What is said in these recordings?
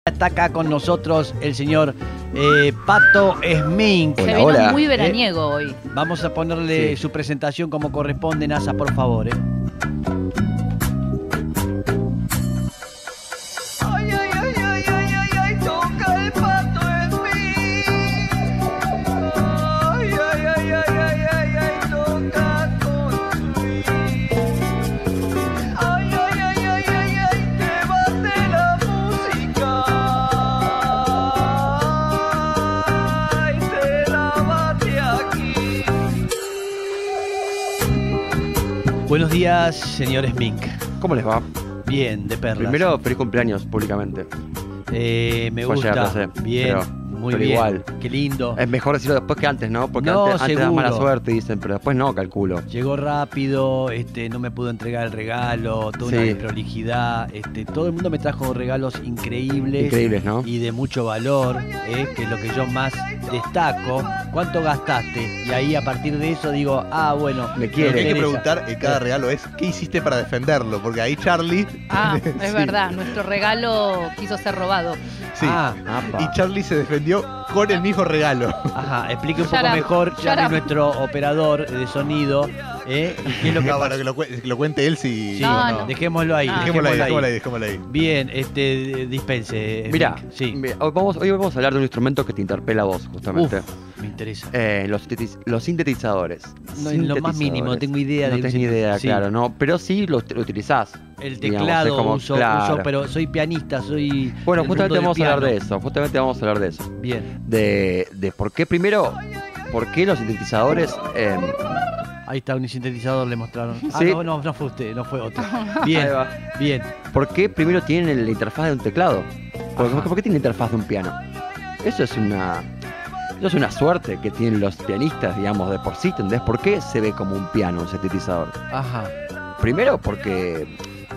Está acá con nosotros el señor Pato Smink. Se vino muy veraniego hoy. Vamos a ponerle su presentación como corresponde, NASA, por favor. Ay, ay, ay, ay, ay, ay, ay, toca el Pato Smink. Ay, ay, ay, ay, ay, ay, ay, toca construir. Ay, ay, ay, ay, ay, ay, te bate la música. Ay, te la bate aquí. Buenos días, señor Smink. ¿Cómo les va? Bien, de perlas. Primero, feliz cumpleaños públicamente. Me Fue ayer, gusta. no sé, Bien, muy pero bien. Igual. Qué lindo. Es mejor decirlo después que antes, ¿no? Porque No, antes da mala seguro. suerte, dicen, pero después no, calculo. Llegó rápido, no me pudo entregar el regalo, toda una Sí. desprolijidad. Todo el mundo me trajo regalos increíbles. Increíbles, ¿no? Y de mucho valor, que es lo que yo más destaco. ¿Cuánto gastaste? Y ahí a partir de eso digo, bueno, Me Lo quiere. que hay que interesa. preguntar en cada regalo es ¿qué hiciste para defenderlo? Porque ahí Charlie... Ah, es Sí. verdad, nuestro regalo quiso ser robado. Sí. Apa. Y Charlie se defendió con el mismo regalo. Ajá, explique un Shut poco up, mejor, shut Charlie, up. nuestro operador de sonido. ¿Y qué es lo que No, pasa? bueno, que lo cuente él si... Sí, No. dejémoslo ahí. Ah. Dejémosla ahí. Bien, dispense. Mirá, Sí. hoy vamos a hablar de un instrumento que te interpela a vos, justamente. Me interesa. Los sintetizadores. No, en lo más mínimo, no tengo idea No de tenés un ni idea, sí. claro, no. Pero sí lo utilizás. El digamos, teclado es como- uso, claro. pero soy pianista, soy. Bueno, del justamente mundo vamos del a hablar de piano. eso. Justamente vamos a hablar de eso. Bien, De por qué primero, por qué los sintetizadores ahí está un sintetizador, le mostraron. Sí. No fue usted, no fue otro. Bien, Ahí va. bien. ¿Por qué primero tienen la interfaz de un teclado? Ajá. ¿Por qué tienen la interfaz de un piano? Eso es una suerte que tienen los pianistas, digamos, de por sí. ¿Entendés? ¿Por qué se ve como un piano, un sintetizador? Ajá. Primero porque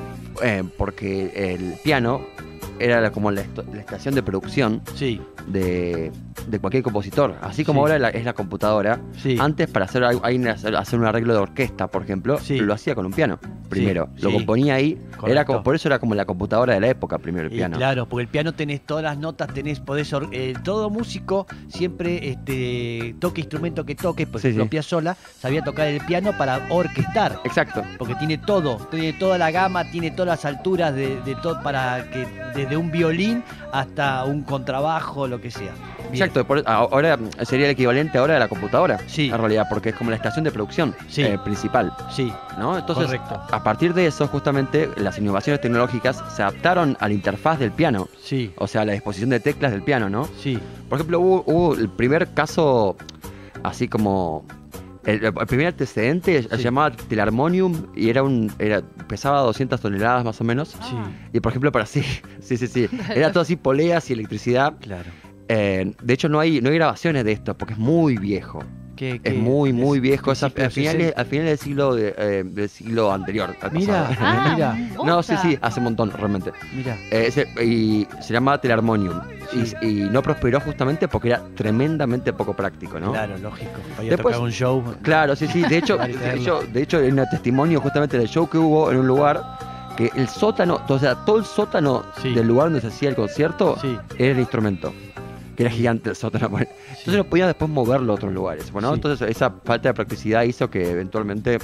el piano era como la estación de producción Sí, de cualquier compositor. Así como Sí. ahora es la computadora. sí. Antes, para hacer un arreglo de orquesta, por ejemplo, Sí. lo hacía con un piano. Primero, Sí, lo sí. componía ahí. Correcto. Era como, por eso era como la computadora de la época, primero el Y piano. claro, porque el piano tenés todas las notas, todo músico siempre toque instrumento que toque, por Sí, ejemplo sí. Piazzolla sabía tocar el piano para orquestar. Exacto. Porque tiene toda la gama, tiene todas las alturas de todo para que desde un violín hasta un contrabajo, lo que sea. Bien. Exacto. Ahora sería el equivalente ahora de la computadora. Sí. En realidad, porque es como la estación de producción Sí. principal. Sí, ¿No? Entonces, correcto. a partir de eso, justamente, las innovaciones tecnológicas se adaptaron a la interfaz del piano. Sí, O sea, a la disposición de teclas del piano, ¿no? sí. Por ejemplo, hubo el primer caso, así como. El primer antecedente se llamaba Telarmonium y pesaba 200 toneladas más o menos. Sí, Y por ejemplo, sí. Era todo así, poleas y electricidad. claro. De hecho, no hay grabaciones de esto porque es muy viejo. Es muy viejo. Es al final del siglo anterior. Al Mira, pasado. mira, No, sí, hace un montón, realmente. mira. Y se llamaba Telarmonium. Sí. Y no prosperó justamente porque era tremendamente poco práctico, ¿no? Claro, lógico. Vaya Después- a tocar un show. Claro, sí. De hecho, Vale, hay un testimonio justamente del show que hubo en un lugar que el sótano, o sea, todo el sótano Sí. del lugar donde se hacía el concierto Sí. era el instrumento. Que era gigante el sótano. Bueno, entonces no podían después moverlo a otros lugares. Bueno, Sí. entonces esa falta de practicidad hizo que eventualmente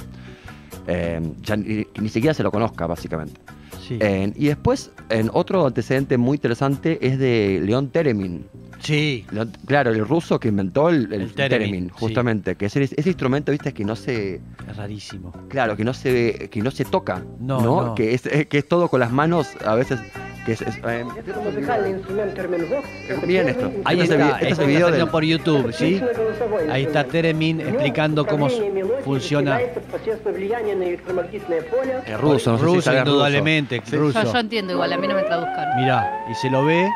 ya ni siquiera se lo conozca, básicamente. Sí. Y después, otro antecedente muy interesante es de León Theremin. Sí. Claro, el ruso que inventó el El theremin, theremin, justamente, que es ese instrumento, viste, que no se, Es rarísimo. claro, que no se toca, No. Que es todo con las manos, a veces, miren esto, Ahí este está, es el video del, por YouTube, ¿sí? Ahí está Teremin explicando cómo funciona. es ruso, no sé si Ruso, sabe indudablemente, ruso. Yo entiendo igual, a mí no me traduzcan. Mirá, y se lo ve.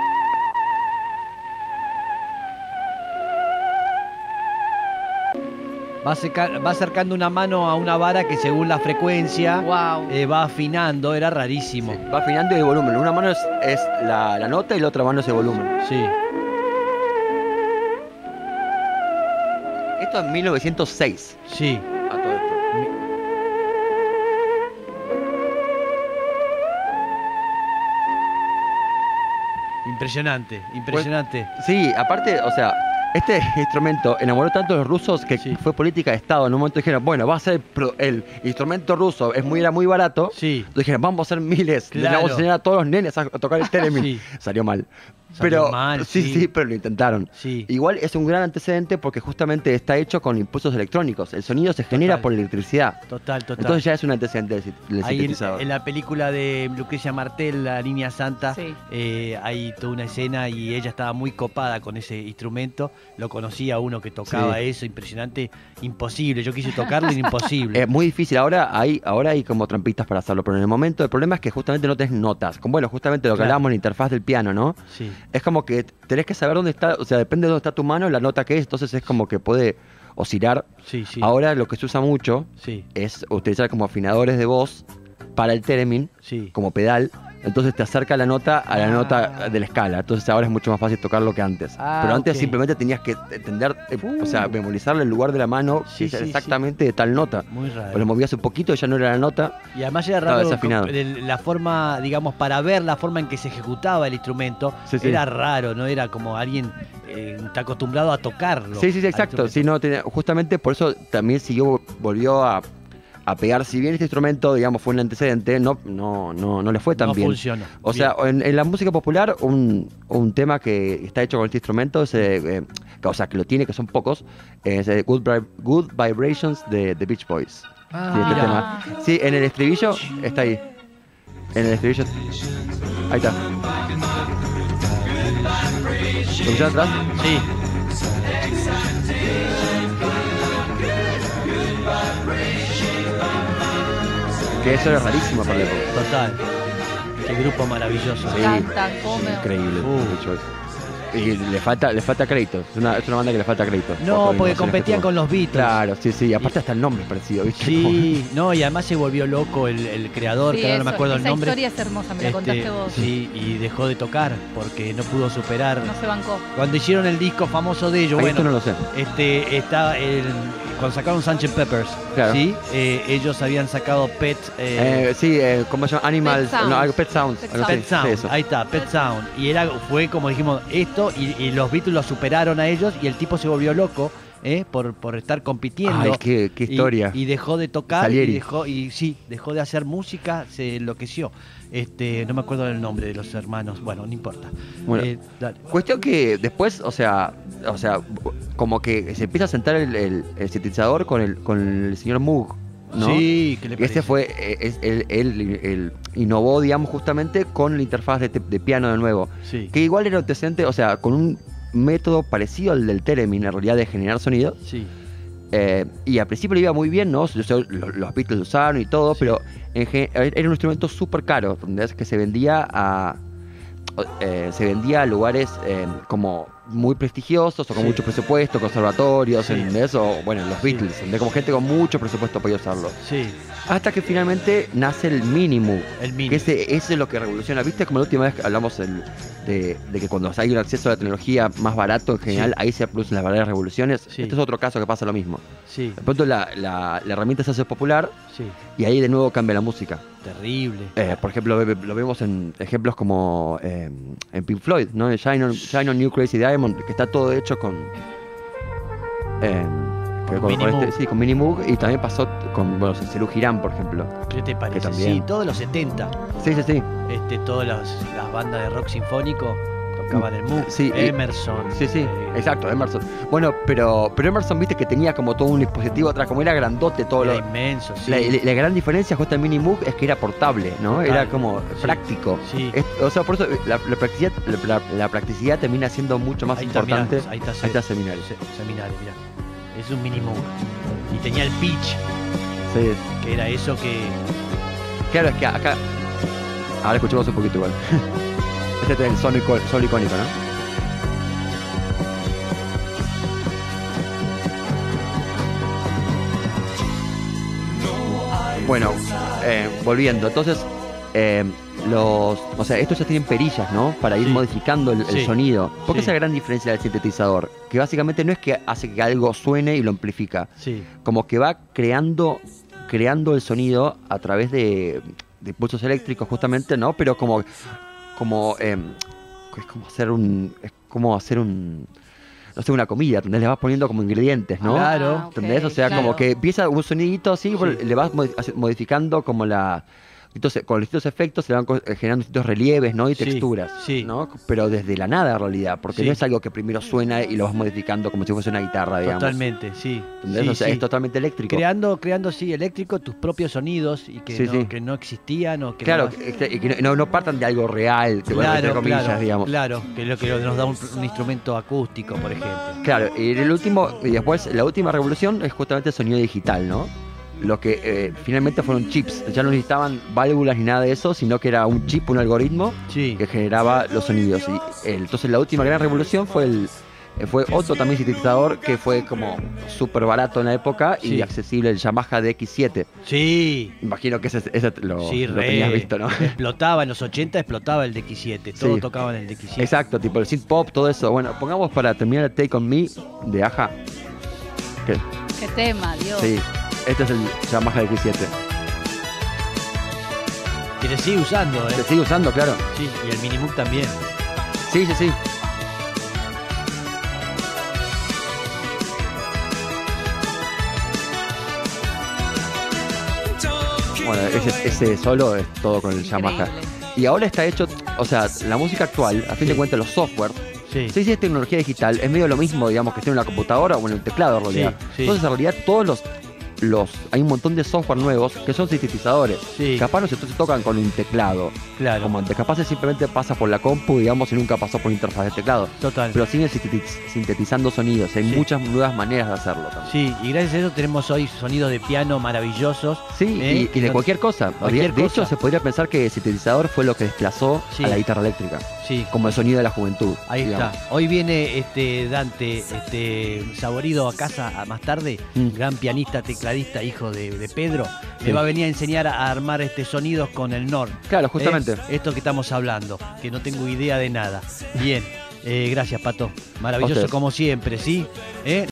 Va acercando una mano a una vara que según la frecuencia Wow. va afinando, era rarísimo. Va afinando el volumen, una mano es la nota y la otra mano es el volumen. Sí. Esto en 1906, Sí. a todo esto. Impresionante, impresionante. Sí, aparte, o sea, este instrumento enamoró tanto a los rusos que Sí. fue política de Estado. En un momento dijeron, bueno, va a ser el instrumento ruso, era muy barato. Sí. Entonces dijeron, vamos a hacer miles, le Claro. vamos a enseñar a todos los nenes a tocar el theremin. Sí. Salió mal. Salió Pero mal, sí, sí. sí, pero lo intentaron. Sí. Igual es un gran antecedente porque justamente está hecho con impulsos electrónicos. El sonido se genera Total. por electricidad. Total. Entonces ya es un antecedente del Ahí sintetizador. en la película de Lucrecia Martel, La Niña Santa, Sí. hay toda una escena y ella estaba muy copada con ese instrumento. Lo conocía uno que tocaba Sí. eso, impresionante, imposible. Yo quise tocarlo y era imposible. Es muy difícil, ahora hay como trampitas para hacerlo, pero en el momento el problema es que justamente no tenés notas. Como bueno, justamente lo que Claro. hablábamos en la interfaz del piano, ¿no? Sí. Es como que tenés que saber dónde está, o sea, depende de dónde está tu mano, la nota que es, entonces es como que puede oscilar. Sí, sí. Ahora lo que se usa mucho Sí, es utilizar como afinadores de voz para el theremin, sí. como pedal. Entonces te acerca la nota a la nota de la escala. Entonces ahora es mucho más fácil tocarlo que antes. Ah, Pero antes ok. simplemente tenías que entender, o sea, memorizarle el lugar de la mano, Sí, que es sí, exactamente de tal nota. Muy raro. Pues lo movías un poquito y ya no era la nota. Y además era Estaba raro desafinado. la forma, digamos, para ver la forma en que se ejecutaba el instrumento, Sí, sí. era raro, no era como alguien está acostumbrado a tocarlo. Sí, sí, sí, al exacto. instrumento. Sí, no, justamente por eso también volvió a pegar. Si bien este instrumento, digamos, fue un antecedente, no le fue tan No bien. funcionó. O sea, en la música popular, un tema que está hecho con este instrumento, o sea, que lo tiene, que son pocos, es Good Vibrations de The Beach Boys. Ah, Sí, este mirá. tema. Sí, en el estribillo está ahí. En el estribillo. Ahí está. ¿Lo escuchás atrás? Sí. Que eso era rarísimo para la época. Total. Qué grupo maravilloso. Sí. Cantan, comen. Increíble. Uh. Beach Boys. Y le falta crédito. Es una banda que le falta crédito. No, porque innovaciones competían que con tuvo. los Beatles. Claro, sí, sí. Aparte hasta el nombre es parecido, ¿viste? Sí, no, y además se volvió loco el creador, Sí, que ahora no me eso, acuerdo el esa nombre. historia es hermosa, me la contaste vos. Sí, y dejó de tocar porque no pudo superar. No se bancó. Cuando hicieron el disco famoso de ellos, Ahí bueno, esto no lo sé. cuando sacaron Sgt. Peppers, Claro. ¿sí? Ellos habían sacado Pet, Sí, ¿cómo se llama? Animals. Pet Sounds. No, algo Pet Sounds. Pet algo así. Pet Sound, Sí, eso. ahí está, Pet Sound. Y fue como dijimos, esto, y los Beatles lo superaron a ellos, y el tipo se volvió loco por estar compitiendo. Ay, qué Y- historia. Y dejó de tocar, Salieri. dejó de hacer música, se enloqueció. No me acuerdo del nombre de los hermanos, bueno, no importa. Bueno. Dale. Cuestión que después, o sea, como que se empieza a sentar el sintetizador con el señor Moog, ¿no? Sí, ¿qué le Que ese parece? fue, él innovó, digamos, justamente con la interfaz de piano de nuevo. Sí, Que igual era antecedente, o sea, con un método parecido al del theremin, en realidad, de generar sonido. sí. Y al principio le iba muy bien, ¿no? O sea, los Beatles lo usaron y todo, Sí. pero era un instrumento súper caro, ¿entendés? Que se vendía a lugares como muy prestigiosos o con Sí. mucho presupuesto, conservatorios, Sí. ¿entendés? O bueno, los Sí. Beatles, ¿entendés? Como gente con mucho presupuesto podía usarlo. Sí, Hasta que finalmente nace el Minimoog. el mini. Que ese es lo que revoluciona. ¿Viste? Como la última vez que hablamos de que cuando hay un acceso a la tecnología más barato en general, Sí. ahí se producen las verdaderas revoluciones. Sí. Este es otro caso que pasa lo mismo. Sí, De pronto la herramienta se hace popular sí. y ahí de nuevo cambia la música. Terrible. Por ejemplo, lo vemos en ejemplos como en Pink Floyd, ¿no? En Shine on You Crazy Diamond, que está todo hecho con Minimoog. con Minimoog, y también pasó con Serú Girán, por ejemplo. ¿Qué te parece? también. Sí, todos los 70, Sí, sí, sí. todas las bandas de rock sinfónico tocaban el Moog. Sí, y- Emerson. Sí, sí, exacto, Emerson. Bueno, pero Emerson, viste que tenía como todo un dispositivo atrás, como era grandote todo Era lo. inmenso, sí. La gran diferencia justo en Minimoog es que era portable, ¿no? Total. Era como Sí. práctico. Sí. O sea, por eso la practicidad termina siendo mucho más Ahí está, importante. mirá, ahí está, Ahí está Seminario. Seminario, mirá. Es un Minimoog. Y tenía el pitch, Sí. que era eso que... Claro, es que acá. Ahora escuchemos un poquito igual. Este es el solo icónico, ¿no? Bueno, volviendo, entonces o sea, estos ya tienen perillas, ¿no? Para ir Sí. modificando el Sí. sonido. Porque Sí. esa es la gran diferencia del sintetizador, que básicamente no es que hace que algo suene y lo amplifica, Sí, como que va creando el sonido a través de impulsos eléctricos justamente, ¿no? Pero como es como hacer no sé, una comida, donde le vas poniendo como ingredientes, ¿no? Claro. Ah, ok, ¿Entendés? O sea, claro. como que empieza un sonidito así, Sí. le vas modificando como entonces, con distintos efectos se le van generando distintos relieves, ¿no? Y Sí, texturas, sí. ¿no? Pero desde la nada, en realidad, porque Sí. no es algo que primero suena y lo vas modificando como si fuese una guitarra, digamos. Totalmente, sí. ¿Entendés? Sí, O sea, sí. es totalmente eléctrico. Creando, sí, eléctrico, tus propios sonidos y que, Sí, no, sí. que no existían o que Claro, no vas- y que no partan de algo real, que bueno, entre comillas, digamos. claro, que es lo que nos da un instrumento acústico, por ejemplo. Claro, y después la última revolución es justamente el sonido digital, ¿no? Lo que finalmente fueron chips. Ya no necesitaban válvulas ni nada de eso, sino que era un chip, un algoritmo Sí, que generaba los sonidos. Entonces la última gran revolución fue otro también sintetizador que fue como súper barato en la época y Sí. accesible, el Yamaha DX7. sí, Imagino que ese lo sí, lo tenías visto, ¿no? Explotaba, en los 80 explotaba el DX7, todos Sí. tocaban el DX7. Exacto, tipo el synth pop, todo eso. Bueno, pongamos para terminar el Take On Me de Aja. Qué tema, Dios. Sí, este es el Yamaha DX7. Que se sigue usando, Se sigue usando, claro. Sí, y el Minimoog también. Sí, sí, sí. Bueno, ese solo es todo con el Yamaha. Increíble. Y ahora está hecho, o sea, la música actual, a fin de Sí. cuentas, los software, Sí, sí es tecnología digital, es medio lo mismo, digamos, que esté en la computadora o en el teclado, en realidad. Sí, sí. Entonces, en realidad, hay un montón de software nuevos que son sintetizadores. Sí. Capaz no se tocan con un teclado, claro, como antes. Capaz simplemente pasa por la compu, digamos, y nunca pasó por interfaz de teclado. total. Pero siguen sintetizando sonidos. Hay Sí. muchas nuevas maneras de hacerlo también. Sí, y gracias a eso tenemos hoy sonidos de piano maravillosos. Sí, y que de no- cualquier cosa. cualquier de hecho, cosa. se podría pensar que el sintetizador fue lo que desplazó Sí. a la guitarra eléctrica, Sí, como el sonido de la juventud. ahí digamos. está. Hoy viene Dante Saborido a casa más tarde, Mm. gran pianista, tecladista, hijo de Pedro. Sí. Le va a venir a enseñar a armar sonidos con el Nord. Claro, justamente. Esto que estamos hablando, que no tengo idea de nada. Bien, gracias Pato. A Maravilloso ustedes. como siempre, ¿sí?